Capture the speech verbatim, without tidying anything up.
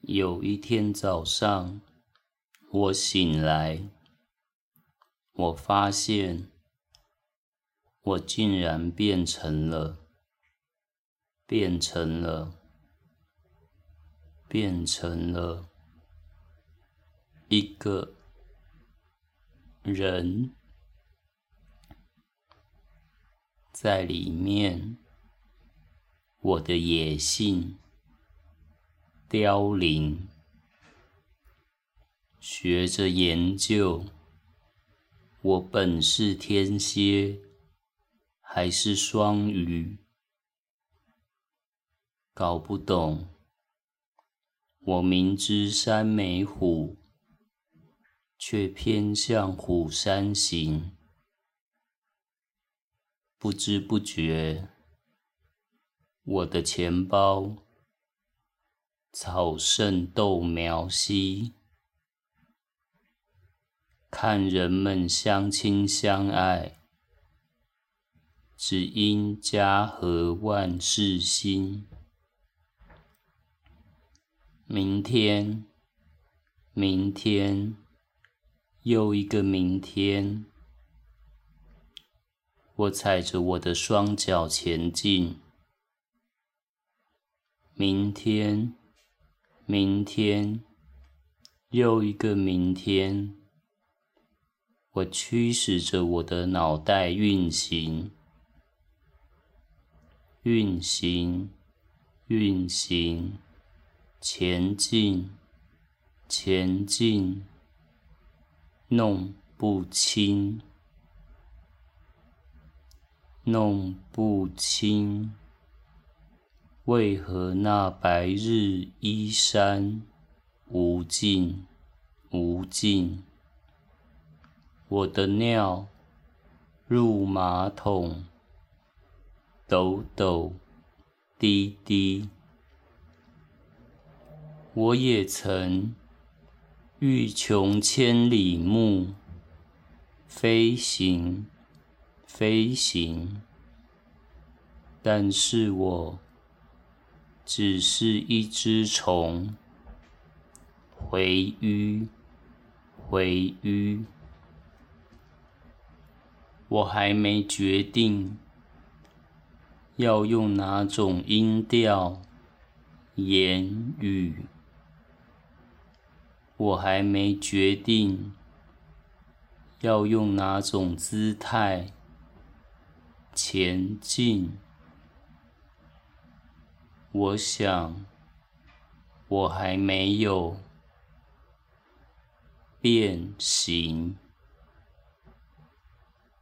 有一天早上，我醒来，我发现我竟然变成了，变成了，变成了一个人，在里面，我的野性凋零，学着研究，我本是天蝎还是双鱼，搞不懂。我明知山美虎，却偏向虎山行。不知不觉，我的钱包草盛豆苗稀，看人们相亲相爱，只因家和万事兴。明天，明天，又一个明天，我踩着我的双脚前进。明天，明天，又一个明天，我驱使着我的脑袋运行，运行，运行，前进，前进，弄不清，弄不清，为何那白日依山无尽，无尽？我的尿入马桶，抖抖滴滴。我也曾欲穷千里目，飞行，飞行，但是我只是一只虫，回迂，回迂。我还没决定要用哪种音调言语，我还没决定要用哪种姿态前进。我想，我还没有变形。